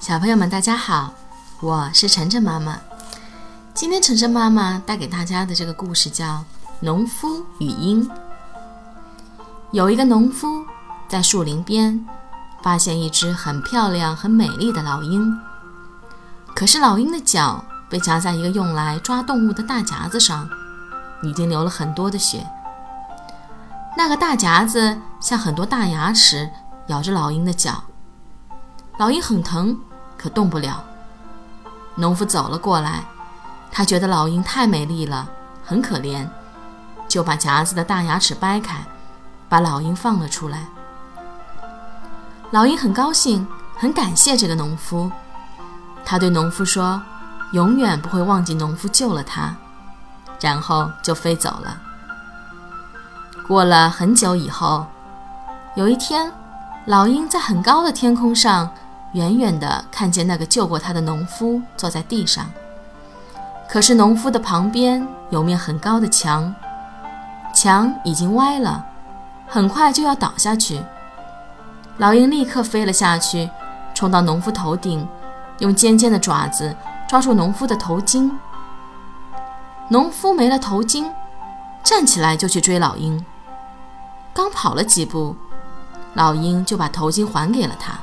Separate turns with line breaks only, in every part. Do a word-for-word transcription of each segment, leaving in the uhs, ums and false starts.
小朋友们大家好，我是晨晨妈妈。今天晨晨妈妈带给大家的这个故事叫农夫与鹰。有一个农夫在树林边发现一只很漂亮很美丽的老鹰，可是老鹰的脚被夹在一个用来抓动物的大夹子上，已经流了很多的血。那个大夹子像很多大牙齿咬着老鹰的脚，老鹰很疼，可动不了。农夫走了过来，他觉得老鹰太美丽了，很可怜，就把夹子的大牙齿掰开，把老鹰放了出来。老鹰很高兴，很感谢这个农夫。他对农夫说，永远不会忘记农夫救了他，然后就飞走了。过了很久以后，有一天，老鹰在很高的天空上远远地看见那个救过他的农夫坐在地上，可是农夫的旁边有面很高的墙，墙已经歪了，很快就要倒下去。老鹰立刻飞了下去，冲到农夫头顶，用尖尖的爪子抓住农夫的头巾。农夫没了头巾，站起来就去追老鹰。刚跑了几步，老鹰就把头巾还给了他。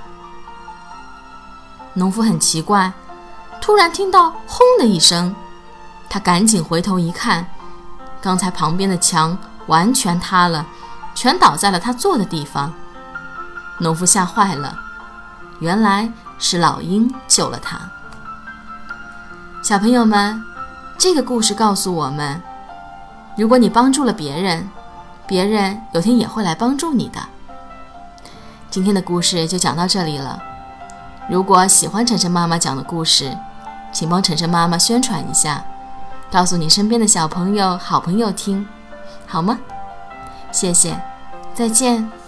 农夫很奇怪，突然听到轰的一声，他赶紧回头一看，刚才旁边的墙完全塌了，全倒在了他坐的地方。农夫吓坏了，原来是老鹰救了他。小朋友们，这个故事告诉我们，如果你帮助了别人，别人有天也会来帮助你的。今天的故事就讲到这里了。如果喜欢晨晨妈妈讲的故事，请帮晨晨妈妈宣传一下，告诉你身边的小朋友好朋友听，好吗？谢谢，再见。